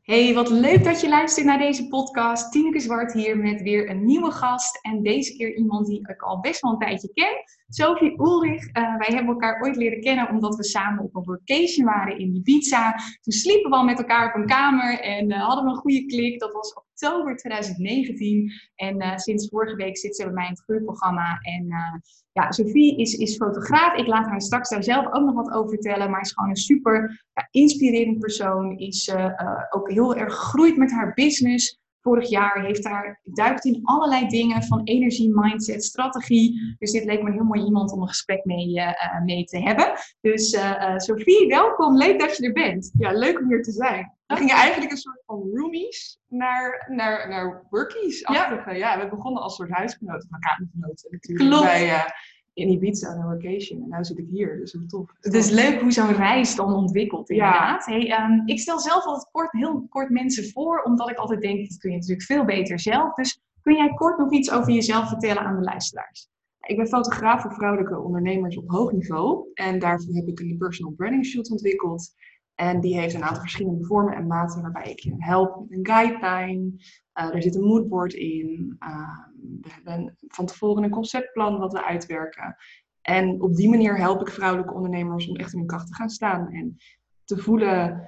Hey, wat leuk dat je luistert naar deze podcast. Tineke Zwart hier met weer een nieuwe gast. En deze keer iemand die ik al best wel een tijdje ken. Sophie Ulrich. Wij hebben elkaar ooit leren kennen omdat we samen op een vacation waren in Ibiza. Toen sliepen we al met elkaar op een kamer en hadden we een goede klik. Dat was oktober 2019. En sinds vorige week zit ze bij mij in het groeiprogramma. En Sophie is fotograaf. Ik laat haar straks daar zelf ook nog wat over vertellen. Maar is gewoon een super inspirerend persoon. Is ook heel erg gegroeid met haar business. Vorig jaar duikt in allerlei dingen van energie, mindset, strategie. Dus dit leek me een heel mooi iemand om een gesprek mee te hebben. Dus Sophie, welkom. Leuk dat je er bent. Ja, leuk om hier te zijn. We gingen eigenlijk een soort van roomies naar workies-achtige. Ja, we begonnen als soort huisgenoten, maar kamergenoten natuurlijk. Klopt. In Ibiza aan een vacation. En nu zit ik hier, dus hoe tof. Het is leuk hoe zo'n reis dan ontwikkelt, inderdaad. Ja. Hey, ik stel zelf altijd heel kort mensen voor, omdat ik altijd denk, dat kun je natuurlijk veel beter zelf. Dus kun jij kort nog iets over jezelf vertellen aan de luisteraars? Ik ben fotograaf voor vrouwelijke ondernemers op hoog niveau. En daarvoor heb ik een personal branding shoot ontwikkeld. En die heeft een aantal verschillende vormen en maten waarbij ik je help met een guideline. Er zit een moodboard in. We hebben van tevoren een conceptplan wat we uitwerken. En op die manier help ik vrouwelijke ondernemers om echt in hun kracht te gaan staan. En te voelen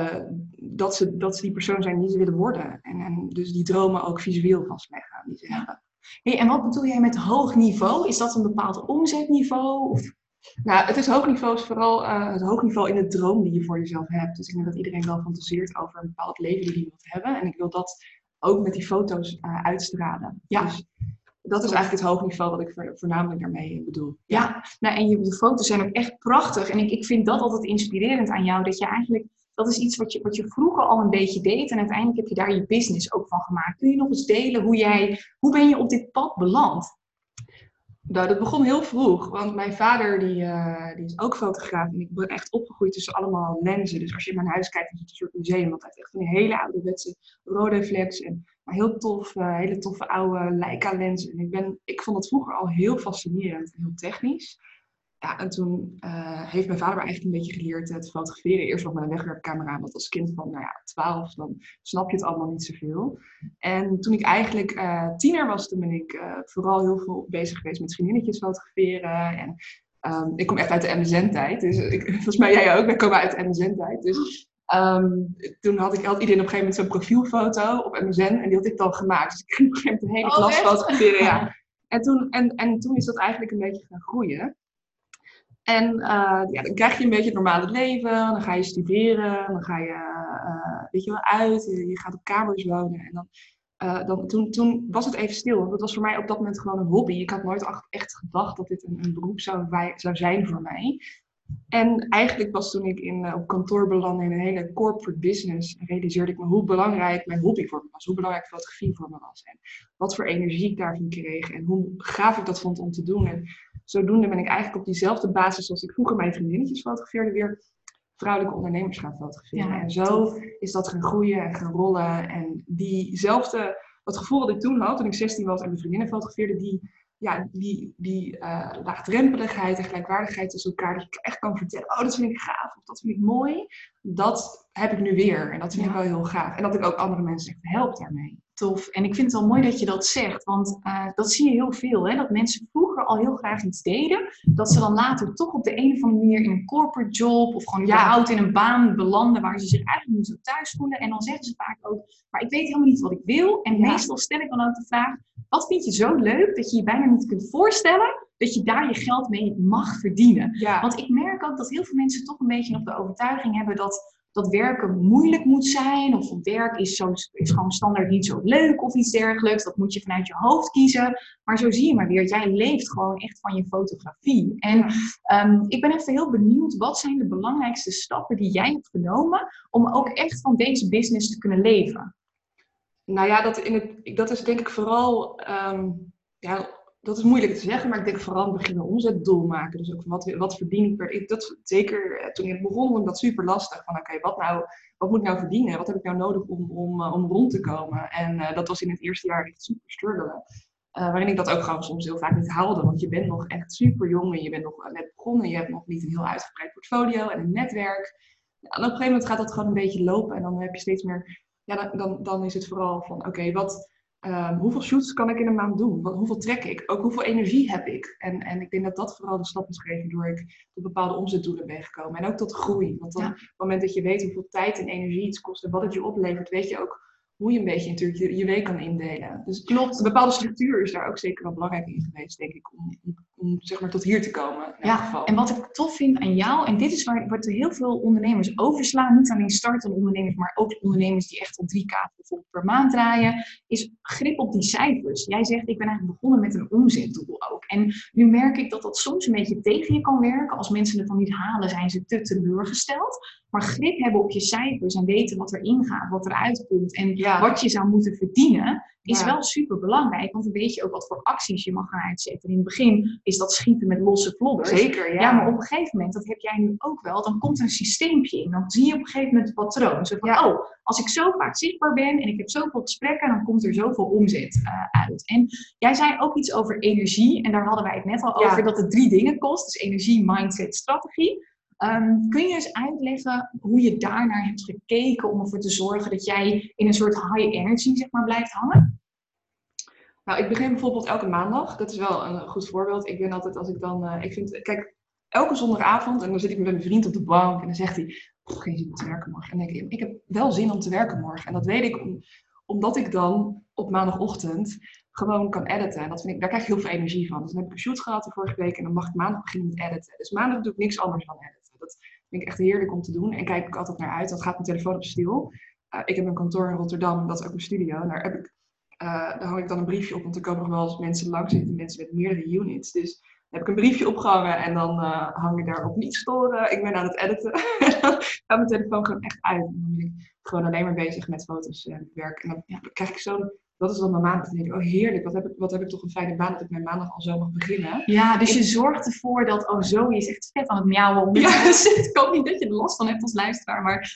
dat ze die persoon zijn die ze willen worden. En dus die dromen ook visueel vastleggen die ze hebben. Hey, en wat bedoel jij met hoog niveau? Is dat een bepaald omzetniveau? Of? Nou, het is hoog niveau, is vooral het hoog niveau in de droom die je voor jezelf hebt. Dus ik denk dat iedereen wel fantaseert over een bepaald leven die hij wil hebben. En ik wil dat ook met die foto's uitstralen. Ja. Dus dat is eigenlijk het hoog niveau wat ik voornamelijk daarmee bedoel. Ja, nou, en je foto's zijn ook echt prachtig. En ik vind dat altijd inspirerend aan jou. Dat je eigenlijk, dat is iets wat je vroeger al een beetje deed. En uiteindelijk heb je daar je business ook van gemaakt. Kun je nog eens delen hoe ben je op dit pad beland? Nou, dat begon heel vroeg, want mijn vader die is ook fotograaf en ik ben echt opgegroeid tussen allemaal lenzen. Dus als je in mijn huis kijkt, is het een soort museum, want hij heeft echt van die hele ouderwetse Rolleiflex en maar heel tof, hele toffe oude Leica lenzen. En ik vond dat vroeger al heel fascinerend en heel technisch. Ja, en toen heeft mijn vader me eigenlijk een beetje geleerd te fotograferen. Eerst nog met een wegwerpcamera, want als kind van 12, dan snap je het allemaal niet zoveel. En toen ik eigenlijk tiener was, toen ben ik vooral heel veel bezig geweest met vriendinnetjes fotograferen. En ik kom echt uit de MSN-tijd, dus volgens mij jij ook, wij komen uit de MSN-tijd. Dus toen had iedereen op een gegeven moment zo'n profielfoto op MSN en die had ik dan gemaakt. Dus ik ging op een gegeven moment de hele klas fotograferen, ja. En toen is dat eigenlijk een beetje gaan groeien. En dan krijg je een beetje het normale leven, dan ga je studeren, dan ga je uit, je gaat op kamers wonen. En toen was het even stil, want het was voor mij op dat moment gewoon een hobby. Ik had nooit echt gedacht dat dit een beroep zou zijn voor mij. En eigenlijk pas toen ik op kantoor belandde in een hele corporate business, realiseerde ik me hoe belangrijk mijn hobby voor me was, hoe belangrijk fotografie voor me was. En wat voor energie ik daarvan kreeg en hoe gaaf ik dat vond om te doen. En zodoende ben ik eigenlijk op diezelfde basis als ik vroeger mijn vriendinnetjes fotografeerde, weer vrouwelijke ondernemers gaan fotograferen. Ja, en zo is dat gaan groeien en gaan rollen. En dat gevoel dat ik toen had, toen ik 16 was en mijn vriendinnen fotografeerde, die laagdrempeligheid en gelijkwaardigheid tussen elkaar, dat je echt kan vertellen, oh, dat vind ik gaaf of dat vind ik mooi, dat heb ik nu weer. En dat vind ik wel heel gaaf. En dat ik ook andere mensen echt help daarmee. Tof. En ik vind het wel mooi dat je dat zegt, want dat zie je heel veel. Hè? Dat mensen vroeger al heel graag iets deden, dat ze dan later toch op de een of andere manier in een corporate job of gewoon überhaupt in een baan belanden waar ze zich eigenlijk niet zo thuis voelen. En dan zeggen ze vaak ook, maar ik weet helemaal niet wat ik wil. En meestal stel ik dan ook de vraag, wat vind je zo leuk dat je je bijna niet kunt voorstellen dat je daar je geld mee mag verdienen? Ja. Want ik merk ook dat heel veel mensen toch een beetje nog de overtuiging hebben dat werken moeilijk moet zijn. Of werk is gewoon standaard niet zo leuk of iets dergelijks. Dat moet je vanuit je hoofd kiezen. Maar zo zie je maar weer, jij leeft gewoon echt van je fotografie. En ik ben even heel benieuwd, wat zijn de belangrijkste stappen die jij hebt genomen om ook echt van deze business te kunnen leven? Nou ja, dat is denk ik vooral... dat is moeilijk te zeggen, maar ik denk vooral beginnen omzetdoel maken. Dus ook wat verdien ik per... Zeker toen ik begon, vond ik dat super lastig. Van oké, wat moet ik nou verdienen? Wat heb ik nou nodig om rond te komen? En dat was in het eerste jaar echt super struggelen. Waarin ik dat ook gewoon soms heel vaak niet haalde. Want je bent nog echt super jong en je bent nog net begonnen. Je hebt nog niet een heel uitgebreid portfolio en een netwerk. En op een gegeven moment gaat dat gewoon een beetje lopen. En dan heb je steeds meer... Ja, dan is het vooral van, oké, hoeveel shoots kan ik in een maand doen? Hoeveel trek ik? Ook hoeveel energie heb ik? En ik denk dat dat vooral de stap is gegeven door ik tot bepaalde omzetdoelen ben gekomen. En ook tot groei. Want dan, op het moment dat je weet hoeveel tijd en energie iets kost en wat het je oplevert, weet je ook hoe je een beetje natuurlijk je week kan indelen. Dus klopt, een bepaalde structuur is daar ook zeker wel belangrijk in geweest, denk ik, om zeg maar tot hier te komen. In elk geval. En wat ik tof vind aan jou, en dit is wat er heel veel ondernemers overslaan, niet alleen startende ondernemers, maar ook ondernemers die echt op 3K bijvoorbeeld per maand draaien, is grip op die cijfers. Jij zegt, ik ben eigenlijk begonnen met een omzetdoel ook. En nu merk ik dat dat soms een beetje tegen je kan werken. Als mensen het dan niet halen, zijn ze te teleurgesteld. Maar grip hebben op je cijfers en weten wat erin gaat, wat eruit komt en wat je zou moeten verdienen, is wel super belangrijk. Want dan weet je ook wat voor acties je mag gaan uitzetten. In het begin is dat schieten met losse vlodders. Zeker, ja. Maar op een gegeven moment, dat heb jij nu ook wel, dan komt er een systeempje in. Dan zie je op een gegeven moment het patroon. Zo van, als ik zo vaak zichtbaar ben en ik heb zoveel gesprekken, dan komt er zoveel omzet uit. En jij zei ook iets over energie. En daar hadden wij het net al over, dat het 3 dingen kost. Dus energie, mindset, strategie. Kun je eens uitleggen hoe je daarnaar hebt gekeken om ervoor te zorgen dat jij in een soort high energy, zeg maar, blijft hangen? Nou, ik begin bijvoorbeeld elke maandag. Dat is wel een goed voorbeeld. Ik ben altijd, als ik dan... kijk, elke zondagavond, en dan zit ik met mijn vriend op de bank en dan zegt hij, geen zin om te werken morgen. En dan denk ik heb wel zin om te werken morgen. En dat weet ik omdat ik dan op maandagochtend gewoon kan editen. En daar krijg ik heel veel energie van. Dus dan heb ik een shoot gehad de vorige week en dan mag ik maandag beginnen met editen. Dus maandag doe ik niks anders dan editen. Dat vind ik echt heerlijk om te doen. En kijk ik altijd naar uit. Dan gaat mijn telefoon op stil. Ik heb een kantoor in Rotterdam, dat is ook mijn studio. Daar hang ik dan een briefje op, want er komen nog wel eens mensen langs zitten, mensen met meerdere units. Dus dan heb ik een briefje opgehangen en dan hang ik daarop niet storen. Ik ben aan het editen. En dan gaat mijn telefoon gewoon echt uit. En dan ben ik gewoon alleen maar bezig met foto's en werk. En dan krijg ik dat is dan mijn maandag. Dan denk ik, oh heerlijk, wat heb ik toch een fijne baan dat ik mijn maandag al zo mag beginnen. Ja, dus je zorgt ervoor dat, Zoe is echt vet aan het miauwen. Ik hoop niet dat je er last van hebt als luisteraar, maar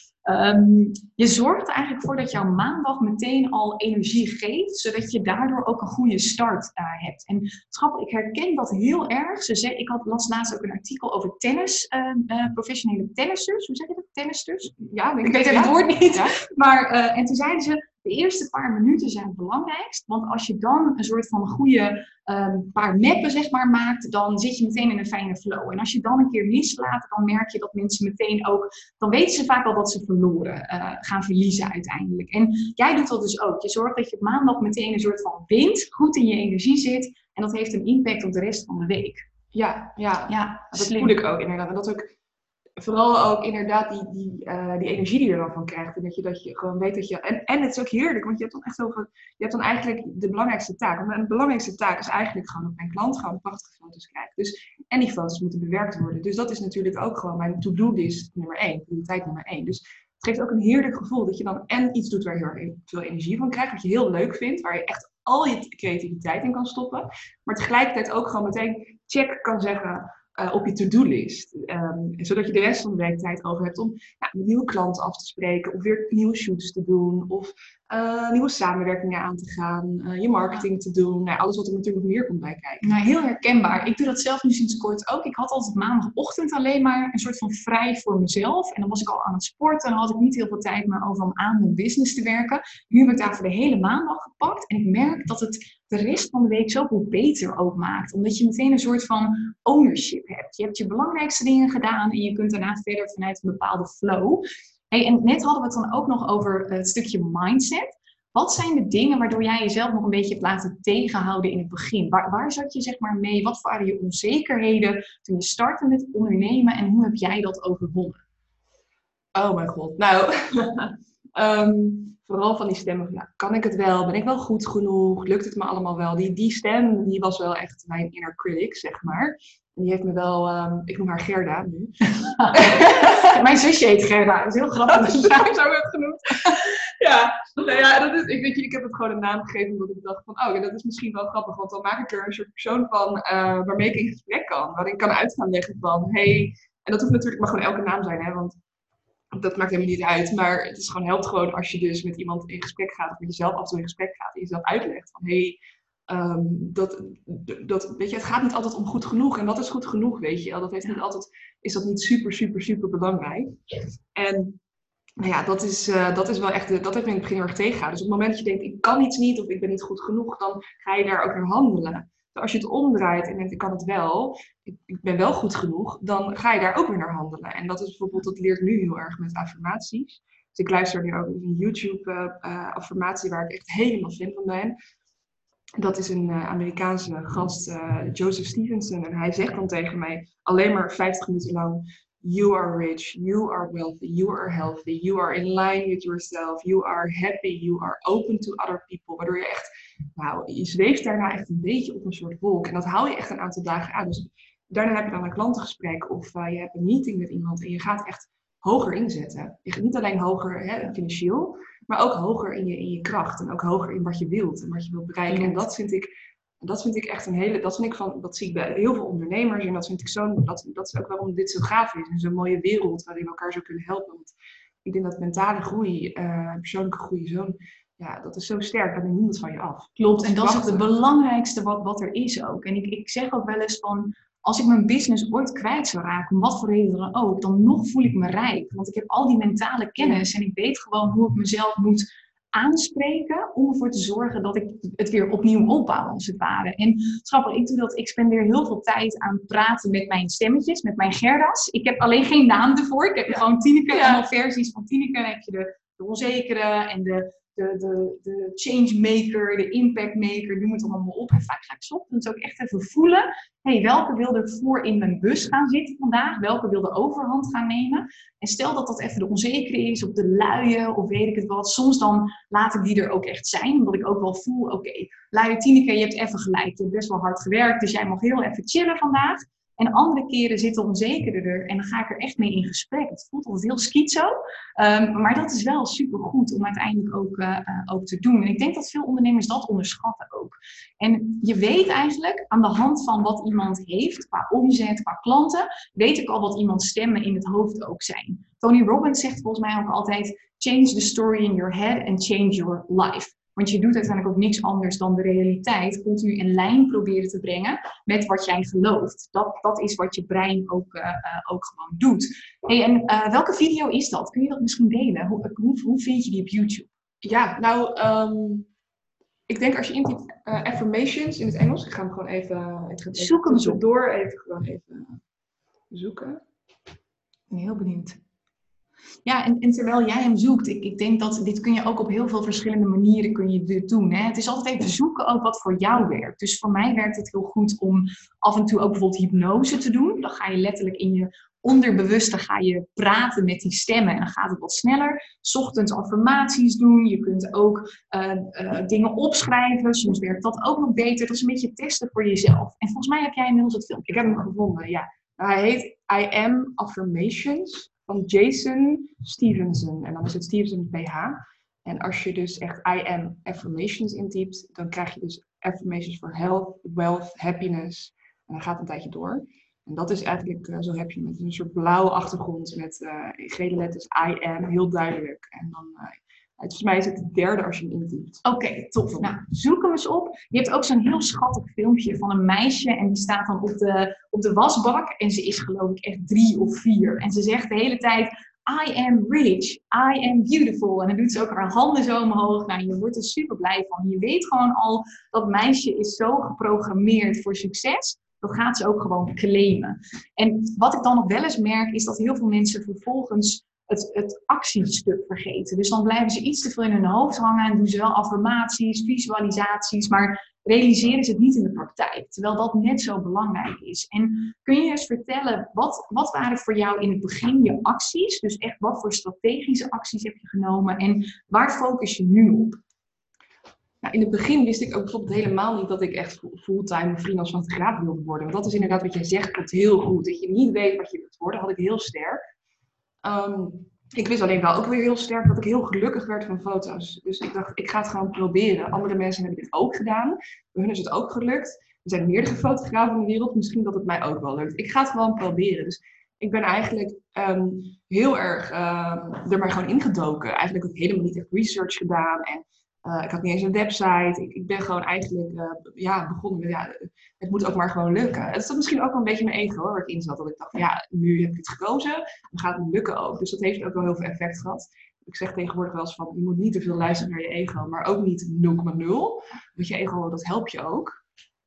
je zorgt er eigenlijk voor dat jouw maandag meteen al energie geeft, zodat je daardoor ook een goede start hebt. En ik herken dat heel erg. Ik las laatst ook een artikel over tennis, professionele tennissers. Hoe zeg je dat? Tennisters? Ja, ik weet het woord niet. Ja. Maar, en toen zeiden ze, de eerste paar minuten zijn het belangrijkst. Want als je dan een soort van goede paar meppen, zeg maar, maakt, dan zit je meteen in een fijne flow. En als je dan een keer mislaat, dan merk je dat mensen meteen ook, dan weten ze vaak al dat ze gaan verliezen uiteindelijk. En jij doet dat dus ook. Je zorgt dat je op maandag meteen een soort van wint, goed in je energie zit. En dat heeft een impact op de rest van de week. Ja, dat voel ik ook inderdaad. En dat ook vooral ook inderdaad die energie die je er dan van krijgt. En dat je gewoon weet dat je... En het is ook heerlijk, want je hebt dan echt je hebt dan eigenlijk de belangrijkste taak. Want de belangrijkste taak is eigenlijk gewoon dat mijn klant gewoon prachtige foto's krijgt. Dus, en die foto's moeten bewerkt worden. Dus dat is natuurlijk ook gewoon mijn to-do-list nummer 1. Prioriteit nummer 1. Dus het geeft ook een heerlijk gevoel dat je dan iets doet waar je heel veel energie van krijgt. Wat je heel leuk vindt. Waar je echt al je creativiteit in kan stoppen. Maar tegelijkertijd ook gewoon meteen check kan zeggen op je to-do-list. Zodat je de rest van de week tijd over hebt om een nieuwe klant af te spreken. Of weer nieuwe shoots te doen. Of nieuwe samenwerkingen aan te gaan. Je marketing te doen. Alles wat er natuurlijk nog meer komt bij kijken. Nou, heel herkenbaar. Ik doe dat zelf nu sinds kort ook. Ik had altijd maandagochtend alleen maar een soort van vrij voor mezelf. En dan was ik al aan het sporten. En dan had ik niet heel veel tijd meer over om aan mijn business te werken. Nu heb ik daar voor de hele maandag gepakt. En ik merk dat het de rest van de week zoveel beter ook maakt. Omdat je meteen een soort van ownership hebt. Je hebt je belangrijkste dingen gedaan. En je kunt daarna verder vanuit een bepaalde flow. Hey, en net hadden we het dan ook nog over het stukje mindset. Wat zijn de dingen waardoor jij jezelf nog een beetje hebt laten tegenhouden in het begin? Waar zat je zeg maar mee? Wat waren je onzekerheden toen je startte met ondernemen? En hoe heb jij dat overwonnen? Oh mijn god. Nou, vooral van die stemmen van, kan ik het wel? Ben ik wel goed genoeg? Lukt het me allemaal wel? Die stem, die was wel echt mijn inner critic, zeg maar. En die heeft me wel, ik noem haar Gerda nu. Mijn zusje heet Gerda, dat is heel grappig dat je haar zo hebt genoemd. Ik heb het gewoon een naam gegeven omdat ik dacht van, dat is misschien wel grappig. Want dan maak ik er een soort persoon van waarmee ik in gesprek kan. Waarin ik kan uit gaan leggen van, hey, en dat hoeft natuurlijk maar gewoon elke naam zijn, hè, want dat maakt helemaal niet uit. Maar het helpt gewoon als je dus met iemand in gesprek gaat of met jezelf af en toe in gesprek gaat en jezelf uitlegt van, hey, Weet je, het gaat niet altijd om goed genoeg. En wat is goed genoeg, weet je? Dat heeft niet altijd, is dat niet super, super, super belangrijk. En nou ja, dat is wel echt, dat heeft me in het begin heel erg tegengehouden. Dus op het moment dat je denkt, ik kan iets niet of ik ben niet goed genoeg, dan ga je daar ook naar handelen. Dus als je het omdraait en denkt, ik kan het wel, ik ben wel goed genoeg, dan ga je daar ook weer naar handelen. En dat is bijvoorbeeld, dat leert nu heel erg met affirmaties. Dus ik luister nu ook een YouTube affirmatie waar ik echt helemaal fan van ben. Dat is een Amerikaanse gast, Joseph Stevenson. En hij zegt dan tegen mij alleen maar 50 minuten lang: You are rich, you are wealthy, you are healthy, you are in line with yourself, you are happy, you are open to other people. Waardoor je echt, nou, je zweeft daarna echt een beetje op een soort wolk. En dat hou je echt een aantal dagen aan. Dus daarna heb je dan een klantengesprek of je hebt een meeting met iemand en je gaat echt hoger inzetten. Je gaat niet alleen hoger financieel, maar ook hoger in je kracht en ook hoger in wat je wilt en wat je wilt bereiken. En dat vind ik echt dat zie ik bij heel veel ondernemers en dat vind ik dat is ook waarom dit zo gaaf is. En zo'n mooie wereld waarin we elkaar zo kunnen helpen. Want ik denk dat mentale groei, persoonlijke groei, dat is zo sterk, dat neemt niemand van je af. Klopt, en dat is het belangrijkste wat er is ook. En ik zeg ook wel eens van, als ik mijn business ooit kwijt zou raken, om wat voor reden dan ook, dan nog voel ik me rijk. Want ik heb al die mentale kennis en ik weet gewoon hoe ik mezelf moet aanspreken om ervoor te zorgen dat ik het weer opnieuw opbouw, als het ware. En grappig, ik spendeer heel veel tijd aan praten met mijn stemmetjes, met mijn Gerda's. Ik heb alleen geen naam ervoor. Ik heb gewoon Tineke, allemaal versies van Tineke. Dan heb je de onzekere en de change maker, de impact maker, noem het allemaal op. En vaak ga ik 's ochtends ook echt even voelen, welke wil er voor in mijn bus gaan zitten vandaag? Welke wil de overhand gaan nemen? En stel dat dat even de onzekere is, of de luie, of weet ik het wat. Soms dan laat ik die er ook echt zijn, omdat ik ook wel voel, luie Tineke, je hebt even gelijk. Je hebt best wel hard gewerkt, dus jij mag heel even chillen vandaag. En andere keren zit de onzekere er en dan ga ik er echt mee in gesprek. Het voelt altijd heel schizo, maar dat is wel supergoed om uiteindelijk ook te doen. En ik denk dat veel ondernemers dat onderschatten ook. En je weet eigenlijk aan de hand van wat iemand heeft, qua omzet, qua klanten, weet ik al wat iemands stemmen in het hoofd ook zijn. Tony Robbins zegt volgens mij ook altijd: change the story in your head and change your life. Want je doet uiteindelijk ook niks anders dan de realiteit continu in lijn proberen te brengen met wat jij gelooft. Dat is wat je brein ook gewoon doet. En welke video is dat? Kun je dat misschien delen? Hoe vind je die op YouTube? Ja, nou, ik denk als je intypt affirmations in het Engels. Ik ga hem gewoon even... Zoek hem zo door. Even zoeken. Ik ben heel benieuwd. Ja, en terwijl jij hem zoekt, ik denk dat dit kun je ook op heel veel verschillende manieren kun je dit doen. Hè? Het is altijd even zoeken ook wat voor jou werkt. Dus voor mij werkt het heel goed om af en toe ook bijvoorbeeld hypnose te doen. Dan ga je letterlijk in je onderbewuste ga je praten met die stemmen en dan gaat het wat sneller. 's Ochtends affirmaties doen. Je kunt ook dingen opschrijven. Soms werkt dat ook nog beter. Dat is een beetje testen voor jezelf. En volgens mij heb jij inmiddels het filmpje. Ik heb hem gevonden, ja. Hij heet I Am Affirmations van Jason Stevenson. En dan is het Stevenson met PH. En als je dus echt I Am Affirmations intypt, dan krijg je dus affirmations voor health, wealth, happiness. En dan gaat het een tijdje door. En dat is eigenlijk, zo heb je met een soort blauwe achtergrond met gele letters I Am, heel duidelijk. En dan, volgens mij is het de derde als je hem intypt. Oké, tof. Nou, zoek hem eens op. Je hebt ook zo'n heel schattig filmpje van een meisje en die staat dan op de wasbak en ze is geloof ik echt 3 of 4. En ze zegt de hele tijd: I am rich, I am beautiful. En dan doet ze ook haar handen zo omhoog. Nou, je wordt er super blij van. Je weet gewoon al, dat meisje is zo geprogrammeerd voor succes. Dat gaat ze ook gewoon claimen. En wat ik dan nog wel eens merk, is dat heel veel mensen vervolgens het actiestuk vergeten. Dus dan blijven ze iets te veel in hun hoofd hangen en doen ze wel affirmaties, visualisaties, maar realiseren ze het niet in de praktijk. Terwijl dat net zo belangrijk is. En kun je eens vertellen, wat waren voor jou in het begin je acties? Dus echt, wat voor strategische acties heb je genomen en waar focus je nu op? Nou, in het begin wist ik ook bijvoorbeeld helemaal niet dat ik echt fulltime freelance fotograaf wilde worden. Want dat is inderdaad wat jij zegt, klopt heel goed. Dat je niet weet wat je wilt worden, had ik heel sterk. Ik wist alleen wel ook weer heel sterk dat ik heel gelukkig werd van foto's. Dus ik dacht, ik ga het gewoon proberen. Andere mensen hebben dit ook gedaan. Bij hun is het ook gelukt. Er zijn meerdere fotografen in de wereld. Misschien dat het mij ook wel lukt. Ik ga het gewoon proberen. Dus ik ben eigenlijk heel erg er maar gewoon ingedoken. Eigenlijk ook helemaal niet echt research gedaan. En Ik had niet eens een website. Ik ben gewoon eigenlijk begonnen met, het moet ook maar gewoon lukken. Het is misschien ook wel een beetje mijn ego hoor, waar ik in zat. Dat ik dacht van nu heb ik het gekozen, dan gaat het lukken ook. Dus dat heeft ook wel heel veel effect gehad. Ik zeg tegenwoordig wel eens van, je moet niet te veel luisteren naar je ego, maar ook niet 0,0. Want je ego, dat helpt je ook.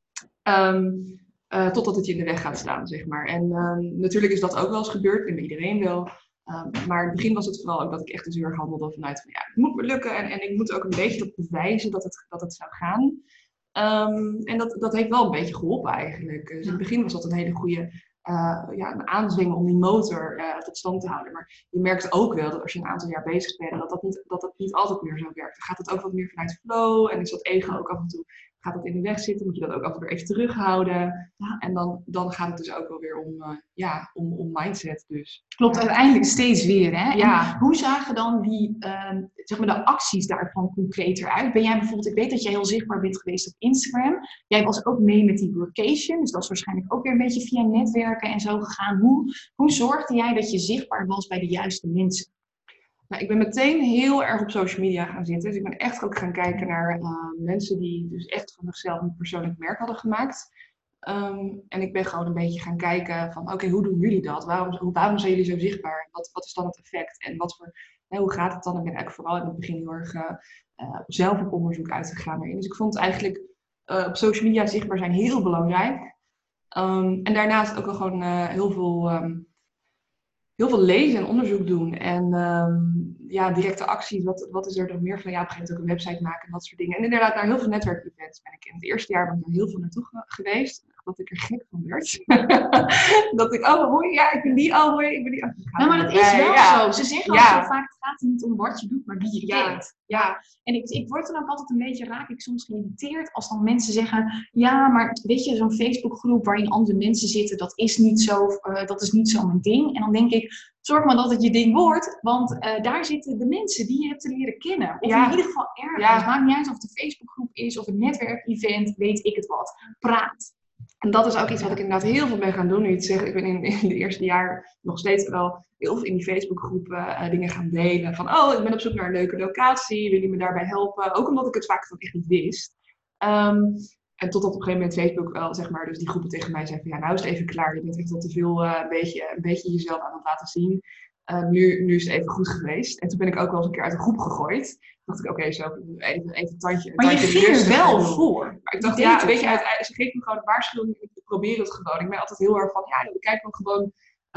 Totdat het je in de weg gaat staan, zeg maar. En natuurlijk is dat ook wel eens gebeurd, en bij iedereen wel. Maar in het begin was het vooral ook dat ik echt dus heel erg handelde vanuit van het moet me lukken en ik moet ook een beetje bewijzen dat het zou gaan. En dat heeft wel een beetje geholpen eigenlijk. Dus in het begin was dat een hele goede een aanzwingen om die motor tot stand te houden. Maar je merkt ook wel dat als je een aantal jaar bezig bent, dat niet altijd meer zo werkt. Dan gaat het ook wat meer vanuit flow en is dat ego ook af en toe, gaat dat in de weg zitten, moet je dat ook af en toe even terughouden. Ja. En dan gaat het dus ook wel weer om mindset dus. Klopt, uiteindelijk steeds weer. Hè? Ja. En hoe zagen dan die, de acties daarvan concreter uit? Ben jij bijvoorbeeld, ik weet dat jij heel zichtbaar bent geweest op Instagram. Jij was ook mee met die workation, dus dat is waarschijnlijk ook weer een beetje via netwerken en zo gegaan. Hoe zorgde jij dat je zichtbaar was bij de juiste mensen? Nou, ik ben meteen heel erg op social media gaan zitten. Dus ik ben echt ook gaan kijken naar mensen die dus echt van zichzelf een persoonlijk merk hadden gemaakt. En ik ben gewoon een beetje gaan kijken van oké, hoe doen jullie dat? Waarom zijn jullie zo zichtbaar? Wat is dan het effect? En hoe gaat het dan? Ik ben eigenlijk vooral in het begin heel erg zelf op onderzoek uitgegaan daarin. Dus ik vond eigenlijk op social media zichtbaar zijn heel belangrijk. En daarnaast ook wel gewoon heel veel lezen en onderzoek doen. En directe acties. Wat is er nog meer van? Ja, op een gegeven moment ook een website maken en dat soort dingen. En inderdaad, naar heel veel netwerkevents ben ik in het eerste jaar ben ik er heel veel naartoe geweest. Dat ik er gek van werd. Dat ik, ik ben die ik ben die. Nou, maar dat is wel zo. Ze zeggen ook zo vaak, het gaat niet om wat je doet, maar wie je kent. Ja. En ik word dan ook altijd een beetje, raak ik soms geïrriteerd als dan mensen zeggen, ja, maar weet je, zo'n Facebookgroep waarin andere mensen zitten, dat is niet zo mijn ding. En dan denk ik, zorg maar dat het je ding wordt, want daar zitten de mensen die je hebt te leren kennen. Of in ieder geval ergens. Ja. Het maakt niet uit of het een Facebookgroep is of een netwerkevent, weet ik het wat. Praat. En dat is ook iets wat ik inderdaad heel veel ben gaan doen. Nu je het zegt, ik ben in de eerste jaar nog steeds wel heel veel in die Facebookgroep dingen gaan delen. Van, ik ben op zoek naar een leuke locatie. Willen jullie me daarbij helpen? Ook omdat ik het vaak dan echt niet wist. En totdat op een gegeven moment Facebook wel, zeg maar, dus die groepen tegen mij zei van, nou is het even klaar. Je bent echt al te veel een beetje jezelf aan het laten zien. Nu is het even goed geweest. En toen ben ik ook wel eens een keer uit een groep gegooid. Toen dacht ik, zo even een tandje. Maar je ging er wel voor. Maar ik dacht, ze geeft me gewoon een waarschuwing. Ik probeer het gewoon. Ik ben altijd heel erg van, we kijken ook gewoon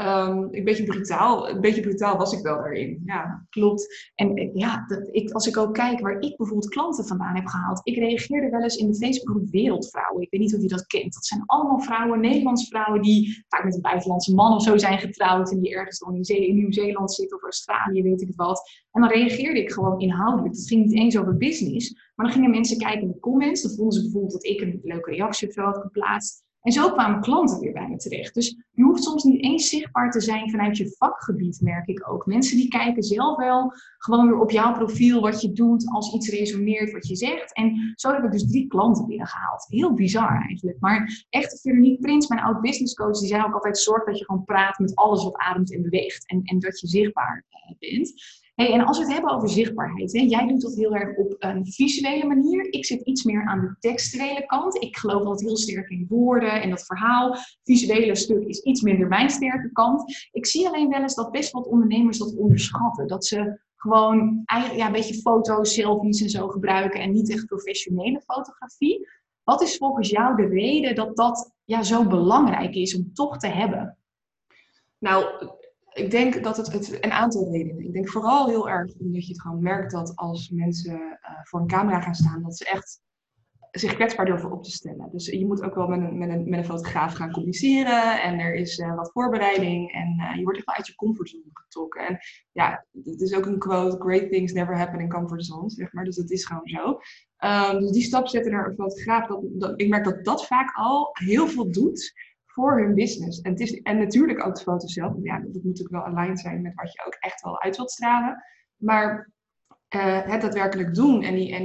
een beetje brutaal was ik wel daarin. Ja, klopt. En als ik ook kijk waar ik bijvoorbeeld klanten vandaan heb gehaald. Ik reageerde wel eens in de Facebookgroep Wereldvrouwen. Ik weet niet of je dat kent. Dat zijn allemaal vrouwen, Nederlandse vrouwen die vaak met een buitenlandse man of zo zijn getrouwd. En die ergens dan in Nieuw-Zeeland zitten of Australië, weet ik het wat. En dan reageerde ik gewoon inhoudelijk. Het ging niet eens over business. Maar dan gingen mensen kijken in de comments. Dan vonden ze bijvoorbeeld dat ik een leuke reactie of zo had geplaatst. En zo kwamen klanten weer bij me terecht. Dus je hoeft soms niet eens zichtbaar te zijn vanuit je vakgebied, merk ik ook. Mensen die kijken zelf wel gewoon weer op jouw profiel wat je doet, als iets resoneert wat je zegt. En zo heb ik dus 3 klanten binnengehaald. Heel bizar eigenlijk. Maar echt, Veronique Prins, mijn oud businesscoach, die zei ook altijd, zorg dat je gewoon praat met alles wat ademt en beweegt. En dat je zichtbaar bent. Hey, en als we het hebben over zichtbaarheid, hè, jij doet dat heel erg op een visuele manier. Ik zit iets meer aan de textuele kant. Ik geloof altijd heel sterk in woorden en dat verhaal. Visuele stuk is iets minder mijn sterke kant. Ik zie alleen wel eens dat best wat ondernemers dat onderschatten. Dat ze gewoon eigenlijk een beetje foto's, selfies en zo gebruiken en niet echt professionele fotografie. Wat is volgens jou de reden dat dat zo belangrijk is om toch te hebben? Nou, ik denk dat het een aantal redenen. Ik denk vooral heel erg omdat je het gewoon merkt dat als mensen voor een camera gaan staan, dat ze echt zich kwetsbaar durven op te stellen. Dus je moet ook wel met een fotograaf gaan communiceren en er is wat voorbereiding en je wordt echt wel uit je comfortzone getrokken. En het is ook een quote, great things never happen in comfort zones, zeg maar. Dus dat is gewoon zo. Dus die stap zetten naar een fotograaf, ik merk dat vaak al heel veel doet voor hun business. En natuurlijk ook de foto zelf. Dat moet ook wel aligned zijn met wat je ook echt wel uit wilt stralen. Maar het daadwerkelijk doen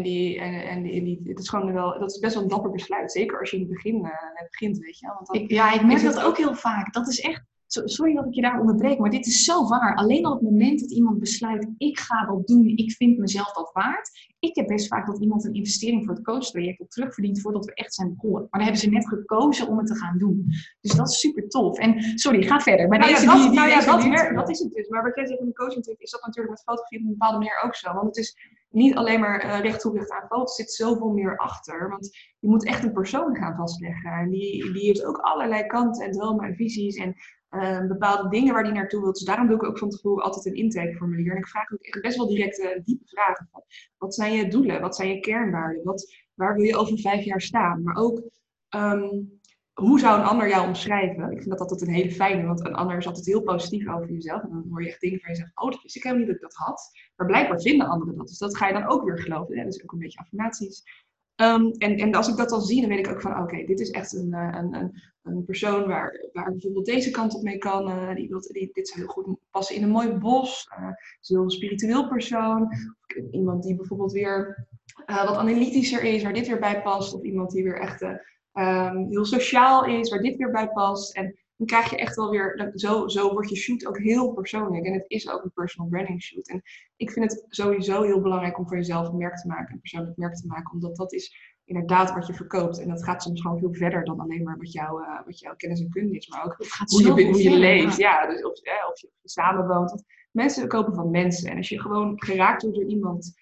het is gewoon dat is best wel een dapper besluit. Zeker als je in het begin net begint, weet je. Want ik merk dat ook heel vaak. Dat is echt Sorry dat ik je daar onderbreek, maar dit is zo waar. Alleen al op het moment dat iemand besluit, ik ga dat doen, ik vind mezelf dat waard. Ik heb best vaak dat iemand een investering voor het coachtraject ook terugverdient voordat we echt zijn begonnen. Maar dan hebben ze net gekozen om het te gaan doen. Dus dat is super tof. En sorry, ga verder. Maar dat is het dus. Maar wat jij zegt in de coaching is dat natuurlijk met fotografie op een bepaalde manier ook zo. Want het is niet alleen maar recht toe recht aan foto's. Er zit zoveel meer achter. Want je moet echt een persoon gaan vastleggen. En die heeft ook allerlei kanten en dromen en visies en bepaalde dingen waar die naartoe wilt. Dus daarom doe ik ook van tevoren altijd een intakeformulier. En ik vraag ook echt best wel directe, diepe vragen. Van, wat zijn je doelen? Wat zijn je kernwaarden? Waar wil je over 5 jaar staan? Maar ook, hoe zou een ander jou omschrijven? Ik vind dat altijd een hele fijne, want een ander is altijd heel positief over jezelf. En dan hoor je echt dingen van je zegt, oh, dat wist ik helemaal niet dat ik dat had. Maar blijkbaar vinden anderen dat. Dus dat ga je dan ook weer geloven. Hè? Dat is ook een beetje affirmaties. En als ik dat dan zie, dan weet ik ook van, oké, dit is echt een persoon waar bijvoorbeeld deze kant op mee kan. Dit zou heel goed passen in een mooi bos. Is een heel spiritueel persoon. Iemand die bijvoorbeeld weer wat analytischer is, waar dit weer bij past. Of iemand die weer echt heel sociaal is, waar dit weer bij past. En dan krijg je echt wel weer, zo wordt je shoot ook heel persoonlijk. En het is ook een personal branding shoot. En ik vind het sowieso heel belangrijk om voor jezelf een merk te maken, een persoonlijk merk te maken. Omdat dat is inderdaad wat je verkoopt. En dat gaat soms gewoon veel verder dan alleen maar wat jouw kennis en kunde is. Maar ook hoe je leeft. Ja, dus of je samenwoont. Want mensen kopen van mensen. En als je gewoon geraakt wordt door iemand,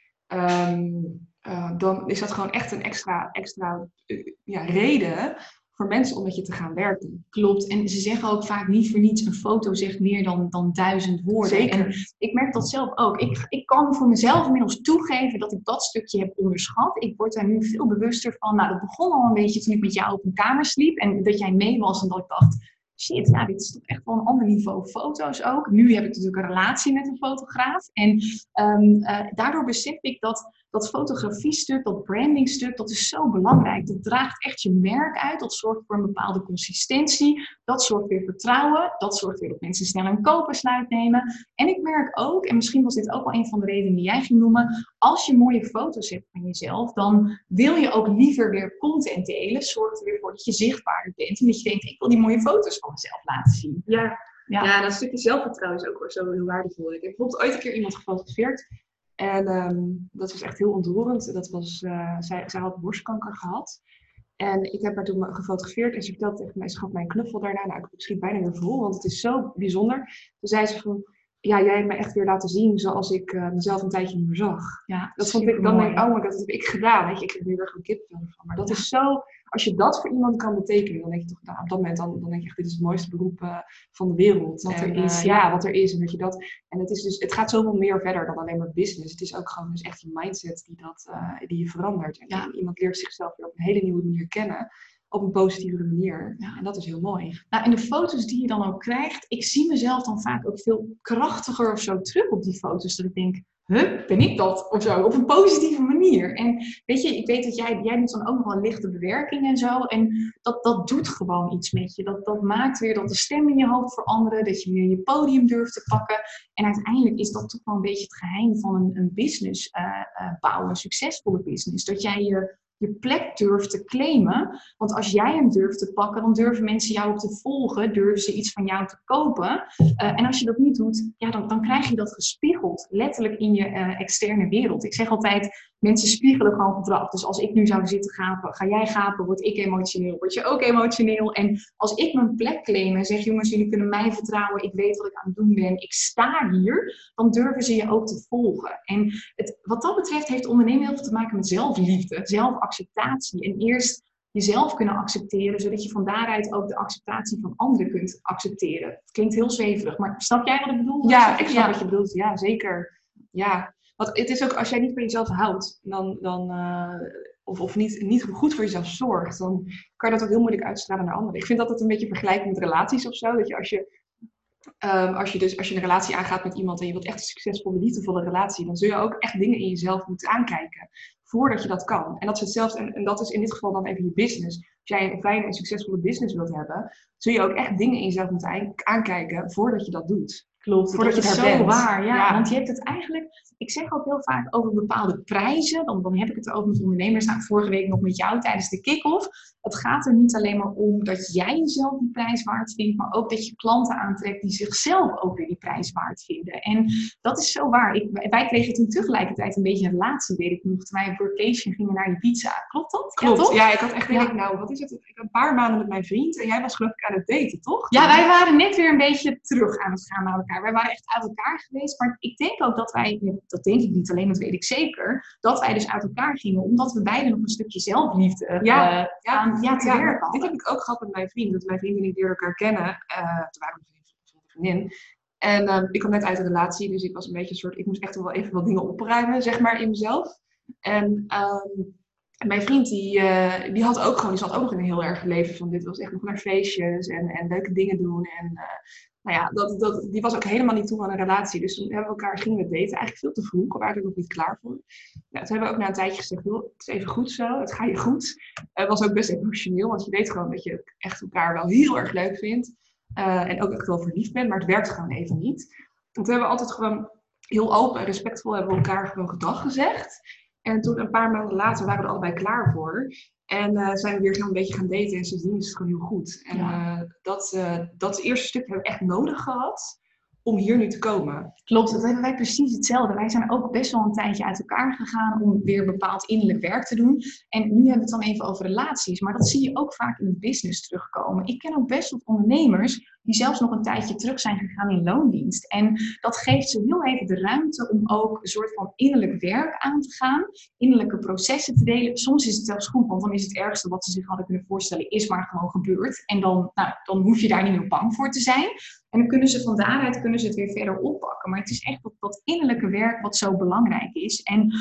dan is dat gewoon echt een extra reden voor mensen om met je te gaan werken. Klopt. En ze zeggen ook vaak niet voor niets, een foto zegt meer dan 1000 woorden. Zeker. En ik merk dat zelf ook. Ik kan voor mezelf inmiddels toegeven dat ik dat stukje heb onderschat. Ik word daar nu veel bewuster van. Nou, dat begon al een beetje toen ik met jou op een kamer sliep. En dat jij mee was en dat ik dacht, shit, ja, dit is toch echt wel een ander niveau foto's ook. Nu heb ik natuurlijk een relatie met een fotograaf. En daardoor besef ik dat fotografiestuk, dat brandingstuk, dat is zo belangrijk. Dat draagt echt je merk uit. Dat zorgt voor een bepaalde consistentie. Dat zorgt weer voor vertrouwen. Dat zorgt weer dat mensen snel een koopbesluit nemen. En ik merk ook, en misschien was dit ook wel een van de redenen die jij ging noemen, als je mooie foto's hebt van jezelf, dan wil je ook liever weer content delen. Zorgt er weer voor dat je zichtbaarder bent. En dat je denkt, ik wil die mooie foto's van mezelf laten zien. Ja, dat stukje zelfvertrouwen is ook wel zo heel waardevol. Ik heb bijvoorbeeld ooit een keer iemand gefotografeerd. En dat was echt heel ontroerend. Dat was, zij had borstkanker gehad. En ik heb haar toen gefotografeerd en ze vertelde tegen mij, ze gaf mij een knuffel daarna. Nou, ik schiet bijna weer vol, want het is zo bijzonder. Toen zei ze van, ja, jij hebt me echt weer laten zien zoals ik mezelf een tijdje niet meer zag. Ja, dat vond ik, dan denk ik, oh my god, dat heb ik gedaan. Weet je, ik kreeg nu weer gewoon kippenvel ervan. Maar dat is zo, als je dat voor iemand kan betekenen, dan denk je toch, nou, op dat moment dan denk je echt, dit is het mooiste beroep van de wereld. Wat er is. Ja, wat er is. En dat je dat, en het is dus, het gaat zoveel meer verder dan alleen maar business. Het is ook gewoon dus echt je mindset die je verandert. En iemand leert zichzelf weer op een hele nieuwe manier kennen. Op een positieve manier. Ja. En dat is heel mooi. Nou, en de foto's die je dan ook krijgt, ik zie mezelf dan vaak ook veel krachtiger of zo terug op die foto's. Dat ik denk, ben ik dat? Of zo, op een positieve manier. En weet je, ik weet dat jij doet dan ook nog wel lichte bewerking en zo. En dat doet gewoon iets met je. Dat maakt weer dat de stem in je hoofd veranderen. Dat je meer je podium durft te pakken. En uiteindelijk is dat toch wel een beetje het geheim van een business bouwen. Een succesvolle business. Dat jij je plek durft te claimen. Want als jij hem durft te pakken, dan durven mensen jou ook te volgen. Durven ze iets van jou te kopen. En als je dat niet doet, ja, dan krijg je dat gespiegeld. Letterlijk in je externe wereld. Ik zeg altijd, mensen spiegelen gewoon gedrag. Dus als ik nu zou zitten gapen, ga jij gapen, word ik emotioneel, word je ook emotioneel. En als ik mijn plek claim en zeg, jongens, jullie kunnen mij vertrouwen, ik weet wat ik aan het doen ben, ik sta hier, dan durven ze je ook te volgen. En wat dat betreft heeft ondernemen heel veel te maken met zelfliefde, zelfacceptatie. En eerst jezelf kunnen accepteren, zodat je van daaruit ook de acceptatie van anderen kunt accepteren. Het klinkt heel zweverig, maar snap jij wat ik bedoel? Ja, ik snap wat je bedoelt. Ja, zeker. Ja. Want het is ook, als jij niet van jezelf houdt, of niet goed voor jezelf zorgt, dan kan je dat ook heel moeilijk uitstralen naar anderen. Ik vind dat het een beetje vergelijkt met relaties of zo. Dat je als je een relatie aangaat met iemand en je wilt echt een succesvolle, liefdevolle relatie, dan zul je ook echt dingen in jezelf moeten aankijken voordat je dat kan. En dat is hetzelfde, en dat is in dit geval dan even je business. Als jij een fijne en succesvolle business wilt hebben, zul je ook echt dingen in jezelf moeten aankijken voordat je dat doet. Klopt, voordat dat je is daar zo bent. waar. Ja, Ja. want je hebt het eigenlijk, ik zeg ook heel vaak over bepaalde prijzen. Dan heb ik het ook met ondernemers. Nou, vorige week nog met jou tijdens de kick-off. Het gaat er niet alleen maar om dat jij jezelf die prijs waard vindt, maar ook dat je klanten aantrekt die zichzelf ook weer die prijs waard vinden. En dat is zo waar. Wij kregen toen tegelijkertijd een beetje een relatie, weet ik nog, toen wij op vacation gingen naar Ibiza. Klopt dat? Klopt. Ja, toch? Ja, ik had echt denk ik, nou, wat is het? Ik had een paar maanden met mijn vriend en jij was geloof ik aan het daten, toch? Ja, wij waren net weer een beetje terug aan het gaan naar elkaar. Wij waren echt uit elkaar geweest. Maar ik denk ook dat wij, dat denk ik niet alleen, dat weet ik zeker, dat wij dus uit elkaar gingen. Omdat we beiden nog een stukje zelfliefde aan te werken hadden. Dit heb ik ook gehad met mijn vriend. Dat mijn vriend en ik leerden elkaar kennen. Toen waren we een vriendin. En ik kwam net uit een relatie, dus ik was een beetje een soort, ik moest echt wel even wat dingen opruimen, zeg maar, in mezelf. En mijn vriend, die had ook gewoon, die zat ook nog in een heel erg leven van dit was echt nog naar feestjes en leuke dingen doen. En nou ja, die was ook helemaal niet toe aan een relatie. Dus toen gingen we daten, eigenlijk veel te vroeg, we waren er nog niet klaar voor. Nou, toen hebben we ook na een tijdje gezegd, joh, het is even goed zo, het gaat je goed. Het was ook best emotioneel, want je weet gewoon dat je echt elkaar wel heel erg leuk vindt. En ook echt wel verliefd bent, maar het werkt gewoon even niet. Want we hebben altijd gewoon heel open en respectvol hebben we elkaar gewoon gedag gezegd. En toen een paar maanden later waren we er allebei klaar voor. En zijn we weer een beetje gaan daten en sindsdien is het gewoon heel goed. En dat eerste stuk hebben we echt nodig gehad om hier nu te komen. Klopt, dat hebben wij precies hetzelfde. Wij zijn ook best wel een tijdje uit elkaar gegaan om weer bepaald innerlijk werk te doen. En nu hebben we het dan even over relaties. Maar dat zie je ook vaak in de business terugkomen. Ik ken ook best wel ondernemers die zelfs nog een tijdje terug zijn gegaan in loondienst. En dat geeft ze heel even de ruimte om ook een soort van innerlijk werk aan te gaan. Innerlijke processen te delen. Soms is het zelfs goed, want dan is het ergste wat ze zich hadden kunnen voorstellen, is maar gewoon gebeurd. En dan hoef je daar niet meer bang voor te zijn. En dan kunnen ze van daaruit het weer verder oppakken. Maar het is echt dat innerlijke werk wat zo belangrijk is. En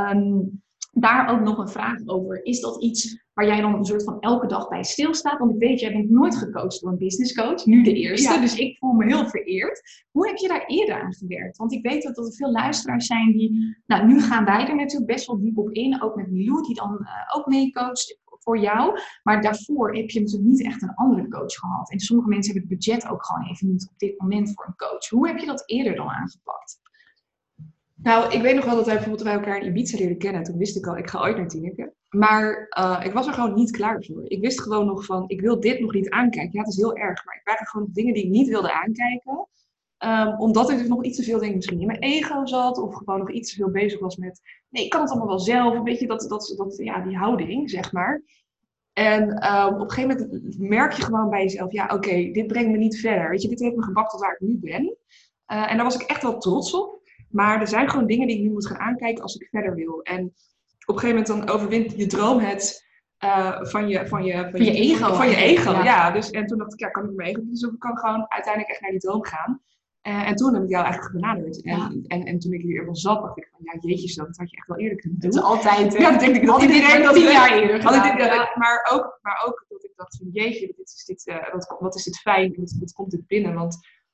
daar ook nog een vraag over. Is dat iets waar jij dan een soort van elke dag bij stilstaat? Want ik weet, jij bent nooit gecoacht door een business coach. Nu de eerste. Ja. Dus ik voel me heel vereerd. Hoe heb je daar eerder aan gewerkt? Want ik weet dat er veel luisteraars zijn die... Nou, nu gaan wij er natuurlijk best wel diep op in. Ook met Milou, die dan ook meecoacht voor jou. Maar daarvoor heb je natuurlijk niet echt een andere coach gehad. En sommige mensen hebben het budget ook gewoon even niet op dit moment voor een coach. Hoe heb je dat eerder dan aangepakt? Nou, ik weet nog wel dat wij elkaar in Ibiza leerden kennen. Toen wist ik al, ik ga ooit naar Tineke. Maar ik was er gewoon niet klaar voor. Ik wist gewoon nog van, ik wil dit nog niet aankijken. Ja, het is heel erg. Maar ik waren gewoon nog dingen die ik niet wilde aankijken. Omdat ik dus nog iets te veel dingen misschien in mijn ego zat. Of gewoon nog iets te veel bezig was met, nee, ik kan het allemaal wel zelf. Een beetje die houding, zeg maar. En op een gegeven moment merk je gewoon bij jezelf, ja, oké, dit brengt me niet verder. Weet je, dit heeft me gebracht tot waar ik nu ben. En daar was ik echt wel trots op. Maar er zijn gewoon dingen die ik nu moet gaan aankijken als ik verder wil. En op een gegeven moment dan overwint je droom het van je ego. Van je ego, ja. Dus, en toen dacht ik, ja, kan ik mijn ego? Dus ik kan gewoon uiteindelijk echt naar die droom gaan. En toen heb ik jou eigenlijk benaderd. En toen ik hier helemaal zat, dacht ik van, ja, jeetjes, dat had je echt wel eerder kunnen doen. Het is altijd, ja, dat denk ik dat iedereen dat 10 jaar eerder gedaan. Maar ook dat ik dacht van, jeetje, wat is dit fijn, wat komt dit binnen? Want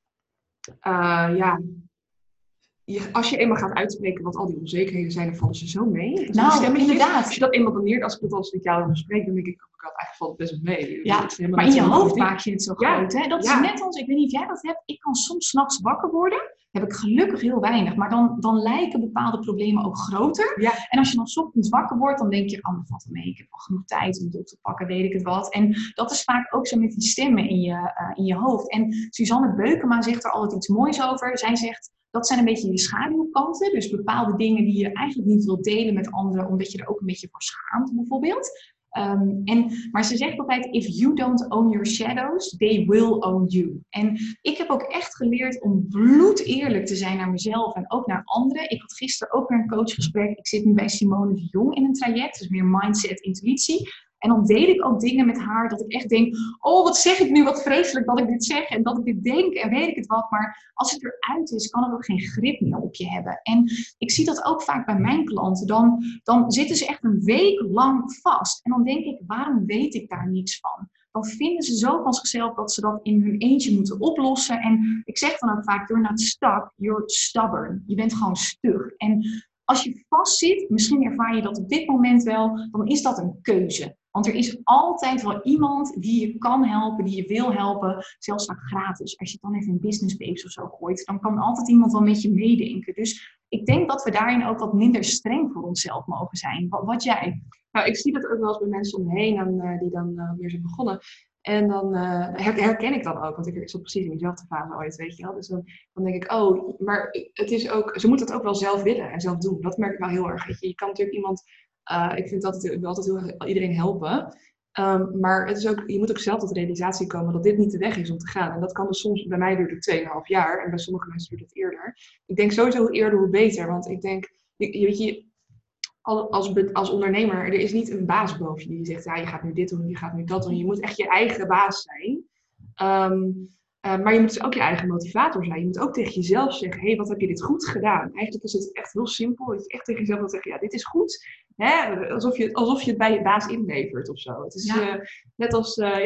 als je eenmaal gaat uitspreken wat al die onzekerheden zijn, dan vallen ze zo mee. Nou, inderdaad. Als je dat eenmaal baneert, als ik dat als met jou bespreek, dan denk ik, eigenlijk valt het best wel mee. Ja, maar in je hoofd maak je het zo groot. Hè? Dat is net als, ik weet niet of jij dat hebt, ik kan soms 's nachts wakker worden. Heb ik gelukkig heel weinig, maar dan lijken bepaalde problemen ook groter. Ja. En als je dan 's ochtends wakker wordt, dan denk je, dat valt het mee. Ik heb al genoeg tijd om het op te pakken, weet ik het wat. En dat is vaak ook zo met die stemmen in je hoofd. En Suzanne Beukema zegt er altijd iets moois over. Zij zegt, dat zijn een beetje je schaduwkanten. Dus bepaalde dingen die je eigenlijk niet wilt delen met anderen, omdat je er ook een beetje voor schaamt, bijvoorbeeld. Maar ze zegt altijd, if you don't own your shadows, they will own you. En ik heb ook echt geleerd om bloedeerlijk te zijn naar mezelf en ook naar anderen. Ik had gisteren ook weer een coachgesprek. Ik zit nu bij Simone de Jong in een traject, dus meer mindset, intuïtie. En dan deel ik ook dingen met haar dat ik echt denk, oh, wat zeg ik nu, wat vreselijk dat ik dit zeg en dat ik dit denk en weet ik het wat. Maar als het eruit is, kan het ook geen grip meer op je hebben. En ik zie dat ook vaak bij mijn klanten. Dan zitten ze echt een week lang vast. En dan denk ik, waarom weet ik daar niets van? Dan vinden ze zo van zichzelf dat ze dat in hun eentje moeten oplossen. En ik zeg dan ook vaak, you're not stuck, you're stubborn. Je bent gewoon stug. En als je vastzit, misschien ervaar je dat op dit moment wel, dan is dat een keuze. Want er is altijd wel iemand die je kan helpen, die je wil helpen, zelfs vaak gratis. Als je het dan even in Business Babes of zo gooit, dan kan altijd iemand wel met je meedenken. Dus ik denk dat we daarin ook wat minder streng voor onszelf mogen zijn. Wat jij? Nou, ik zie dat ook wel eens bij mensen om me heen die dan weer zijn begonnen. En dan herken ik dan ook, want ik zat precies in diezelfde fase ooit, weet je wel. Dus dan denk ik, oh, maar het is ook, ze moeten het ook wel zelf willen en zelf doen. Dat merk ik wel heel erg. Weet je. Je kan natuurlijk iemand, ik vind dat ik wil altijd heel erg iedereen helpen. Maar het is ook, je moet ook zelf tot de realisatie komen dat dit niet de weg is om te gaan. En dat kan dus soms, bij mij duurt het 2,5 jaar en bij sommige mensen duurt het eerder. Ik denk sowieso hoe eerder hoe beter, want ik denk, weet je, als ondernemer, er is niet een baas boven je die zegt, ja, je gaat nu dit doen, je gaat nu dat doen. Je moet echt je eigen baas zijn. Maar je moet dus ook je eigen motivator zijn. Je moet ook tegen jezelf zeggen, hé, wat heb je dit goed gedaan? Eigenlijk is het echt heel simpel. Dat je echt tegen jezelf wil zeggen, ja, dit is goed. Hè? Alsof je het bij je baas inlevert of zo. Het is net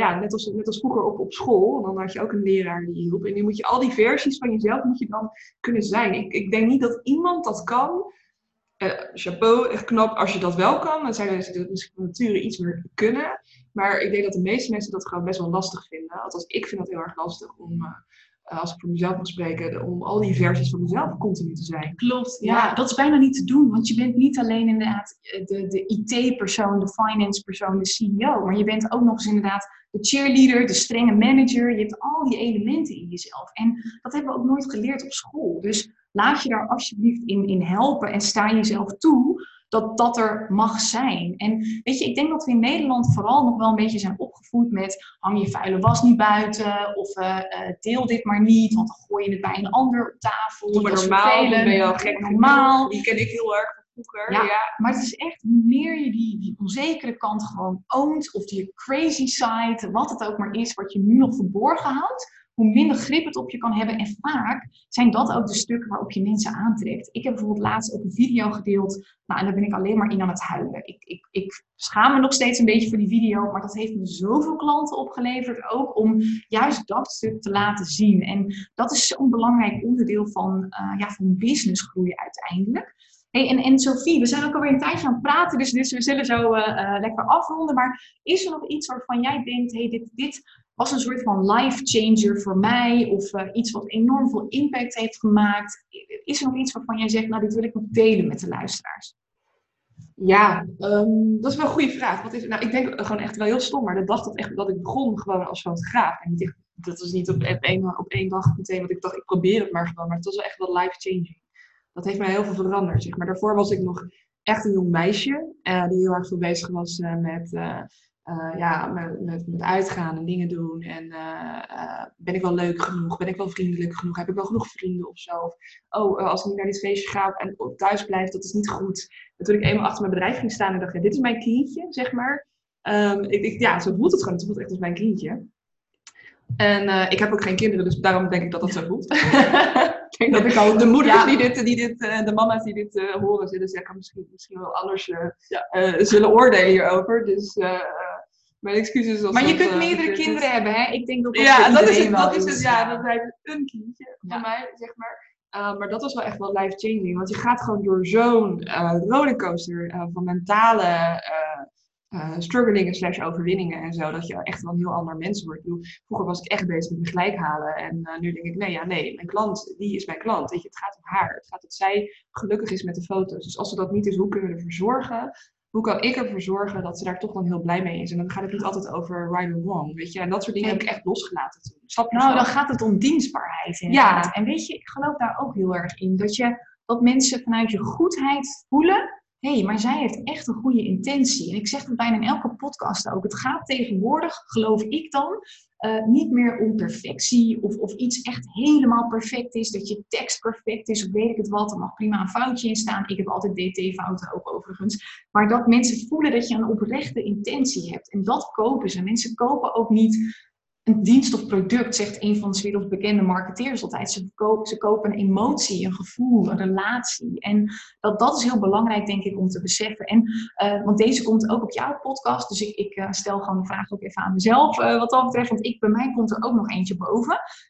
als vroeger op school. En dan had je ook een leraar die hielp. En nu moet je al die versies van jezelf moet je dan kunnen zijn. Ik denk niet dat iemand dat kan. Chapeau, echt knap als je dat wel kan. Dan zijn mensen die misschien van nature iets meer kunnen. Maar ik denk dat de meeste mensen dat gewoon best wel lastig vinden. Althans, ik vind dat heel erg lastig om, als ik voor mezelf mag spreken, om al die versies van mezelf continu te zijn. Klopt, ja. Dat is bijna niet te doen. Want je bent niet alleen inderdaad de IT-persoon, de finance-persoon, de CEO. Maar je bent ook nog eens inderdaad de cheerleader, de strenge manager. Je hebt al die elementen in jezelf. En dat hebben we ook nooit geleerd op school. Dus laat je daar alsjeblieft in helpen en sta jezelf toe dat er mag zijn. En weet je, ik denk dat we in Nederland vooral nog wel een beetje zijn opgevoed met hang je vuile was niet buiten of deel dit maar niet, want dan gooi je het bij een ander op tafel. Doe maar normaal, dan ben je al gek. Normaal. Die ken ik heel erg van vroeger. Ja, maar het is echt hoe meer je die onzekere kant gewoon oont of die crazy side, wat het ook maar is, wat je nu nog verborgen houdt, hoe minder grip het op je kan hebben. En vaak zijn dat ook de stukken waarop je mensen aantrekt. Ik heb bijvoorbeeld laatst ook een video gedeeld. Nou, en daar ben ik alleen maar in aan het huilen. Ik schaam me nog steeds een beetje voor die video. Maar dat heeft me zoveel klanten opgeleverd. Ook om juist dat stuk te laten zien. En dat is zo'n belangrijk onderdeel van businessgroei uiteindelijk. Hey, en Sophie, we zijn ook alweer een tijdje aan het praten. Dus we zullen zo lekker afronden. Maar is er nog iets waarvan jij denkt, hey, dit was een soort van life changer voor mij of iets wat enorm veel impact heeft gemaakt? Is er nog iets waarvan jij zegt, nou dit wil ik nog delen met de luisteraars? Ja, dat is wel een goede vraag. Ik denk gewoon echt wel heel stom, maar de dag dat ik begon gewoon als fotograaf. En dat is niet op één dag meteen, want ik dacht ik probeer het maar gewoon. Maar het was wel echt wel life changing. Dat heeft mij heel veel veranderd, zeg maar. Daarvoor was ik nog echt een jong meisje die heel erg veel bezig was met uitgaan en dingen doen. En ben ik wel leuk genoeg? Ben ik wel vriendelijk genoeg? Heb ik wel genoeg vrienden of zo? Of, als ik niet naar dit feestje ga en thuis blijf, dat is niet goed. En toen ik eenmaal achter mijn bedrijf ging staan en dacht, ja, dit is mijn kindje, zeg maar. Zo voelt het gewoon. Het voelt echt als mijn kindje. En ik heb ook geen kinderen, dus daarom denk ik dat dat zo voelt. Ik denk dat ik ook de moeders de mama's die dit horen, zullen zeggen, misschien wel anders zullen oordelen hierover. Dus mijn excuses. Maar je kunt meerdere kinderen hebben, hè? Ik denk dat dat is het. Ja, dat blijft een kindje van mij, zeg maar. Maar dat was wel echt wel life-changing. Want je gaat gewoon door zo'n rollercoaster van mentale struggelingen / overwinningen en zo, dat je echt wel een heel ander mens wordt. Vroeger was ik echt bezig met me gelijk halen en nu denk ik, nee, mijn klant, die is mijn klant. Weet je, het gaat om haar. Het gaat dat zij gelukkig is met de foto's. Dus als ze dat niet is, hoe kunnen we ervoor zorgen? Hoe kan ik ervoor zorgen dat ze daar toch dan heel blij mee is? En dan gaat het niet altijd over right or wrong, weet je. En dat soort dingen heb ik echt losgelaten toen. Dan gaat het om dienstbaarheid inderdaad. Ja. En weet je, ik geloof daar ook heel erg in. Dat mensen vanuit je goedheid voelen, hé, maar zij heeft echt een goede intentie. En ik zeg dat bijna in elke podcast ook. Het gaat tegenwoordig, geloof ik dan, niet meer om perfectie of iets echt helemaal perfect is. Dat je tekst perfect is of weet ik het wat. Er mag prima een foutje in staan. Ik heb altijd DT-fouten ook overigens. Maar dat mensen voelen dat je een oprechte intentie hebt. En dat kopen ze. Mensen kopen ook niet een dienst of product, zegt een van de werelds bekende marketeers altijd. Ze kopen een emotie, een gevoel, een relatie. En dat is heel belangrijk, denk ik, om te beseffen. En, want deze komt ook op jouw podcast. Dus ik stel gewoon de vraag ook even aan mezelf wat dat betreft. Want bij mij komt er ook nog eentje boven.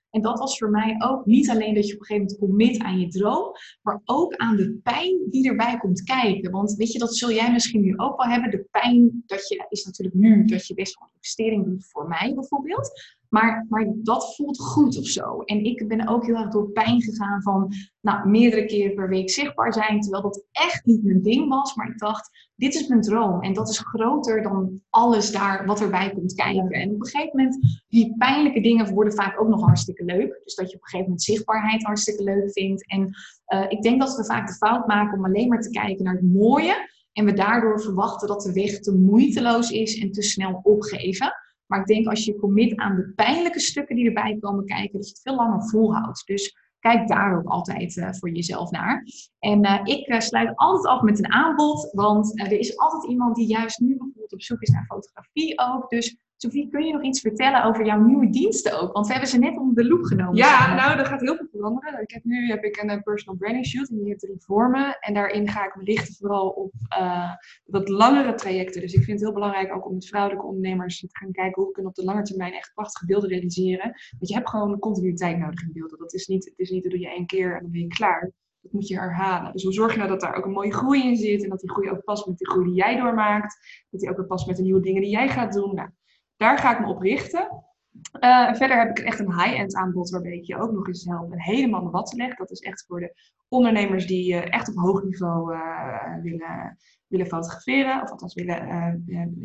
En dat was voor mij ook niet alleen dat je op een gegeven moment commit aan je droom, maar ook aan de pijn die erbij komt kijken. Want weet je, dat zul jij misschien nu ook wel hebben. De pijn is natuurlijk nu dat je best wel een investering doet voor mij bijvoorbeeld. Maar dat voelt goed of zo. En ik ben ook heel erg door pijn gegaan van meerdere keren per week zichtbaar zijn. Terwijl dat echt niet mijn ding was. Maar ik dacht, dit is mijn droom. En dat is groter dan alles daar wat erbij komt kijken. En op een gegeven moment, die pijnlijke dingen worden vaak ook nog hartstikke leuk. Dus dat je op een gegeven moment zichtbaarheid hartstikke leuk vindt. En ik denk dat we vaak de fout maken om alleen maar te kijken naar het mooie. En we daardoor verwachten dat de weg te moeiteloos is en te snel opgeven. Maar ik denk als je commit aan de pijnlijke stukken die erbij komen kijken, dat je het veel langer volhoudt. Dus kijk daar ook altijd voor jezelf naar. En ik sluit altijd af met een aanbod, want er is altijd iemand die juist nu bijvoorbeeld op zoek is naar fotografie ook. Dus Sophie, kun je nog iets vertellen over jouw nieuwe diensten ook? Want we hebben ze net onder de loep genomen. Ja, er gaat heel veel veranderen. Nu heb ik een personal branding shoot en die heeft 3 vormen. En daarin ga ik me richten vooral op wat langere trajecten. Dus ik vind het heel belangrijk ook om met vrouwelijke ondernemers te gaan kijken hoe we kunnen op de lange termijn echt prachtige beelden realiseren. Want je hebt gewoon continuïteit nodig in beelden. Het is niet, dat doe je 1 keer en dan ben je klaar. Dat moet je herhalen. Dus hoe zorg je nou dat daar ook een mooie groei in zit en dat die groei ook past met de groei die jij doormaakt. Dat die ook weer past met de nieuwe dingen die jij gaat doen. Nou, daar ga ik me op richten. Verder heb ik echt een high-end aanbod waarbij ik je ook nog eens help en helemaal de wat te leggen. Dat is echt voor de ondernemers die echt op hoog niveau willen fotograferen. Of althans willen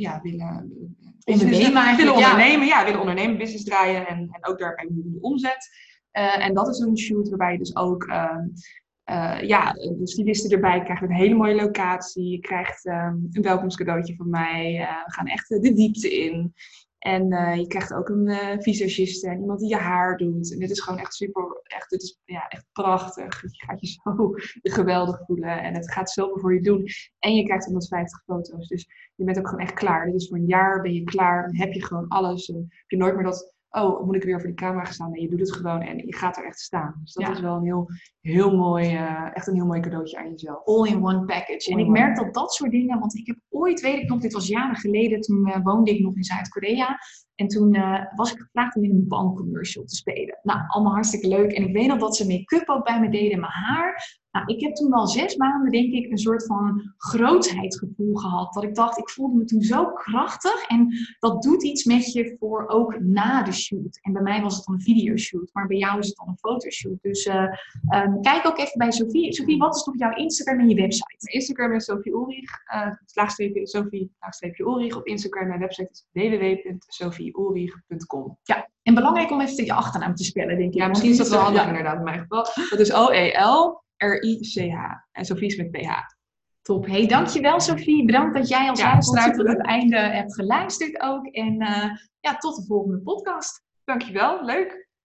ondernemen, business draaien en ook daarbij een omzet. En dat is een shoot waarbij je dus ook de stylisten erbij krijgt met een hele mooie locatie. Je krijgt een welkomstcadeautje van mij. We gaan echt de diepte in. En je krijgt ook een visagiste en iemand die je haar doet. En dit is gewoon echt super, echt prachtig. Je gaat je zo geweldig voelen en het gaat zoveel voor je doen. En je krijgt 150 foto's, dus je bent ook gewoon echt klaar. Dit is voor een jaar, ben je klaar, dan heb je gewoon alles. En heb je nooit meer dat, moet ik weer voor die camera gaan staan? Nee, je doet het gewoon en je gaat er echt staan. Dus dat is wel een heel mooi, echt een heel mooi cadeautje aan jezelf. All in one package. En ik merk dat soort dingen, want ik heb ooit, weet ik nog, dit was jaren geleden, toen woonde ik nog in Zuid-Korea. En toen was ik gevraagd om in een bankcommercial te spelen. Nou, allemaal hartstikke leuk. En ik weet nog dat ze make-up ook bij me deden en mijn haar. Nou, ik heb toen al 6 maanden, denk ik, een soort van grootheidsgevoel gehad. Dat ik dacht, ik voelde me toen zo krachtig. En dat doet iets met je voor ook na de shoot. En bij mij was het dan een videoshoot. Maar bij jou is het dan een fotoshoot. Dus kijk ook even bij Sophie. Sophie, wat is nog jouw Instagram en je website? Mijn Instagram is Sophie Ulrich. Sophie_Ulrich op Instagram. Mijn website is www.sophieulrich.com. Ja, en belangrijk om even je achternaam te spellen, denk ik. Ja, misschien is dat wel handig inderdaad in mijn geval. Dat is OELRICH. En Sophie is met PH. Top. Hey, dankjewel Sophie. Bedankt dat jij als luisteraar tot het einde hebt geluisterd ook. En tot de volgende podcast. Dankjewel, leuk.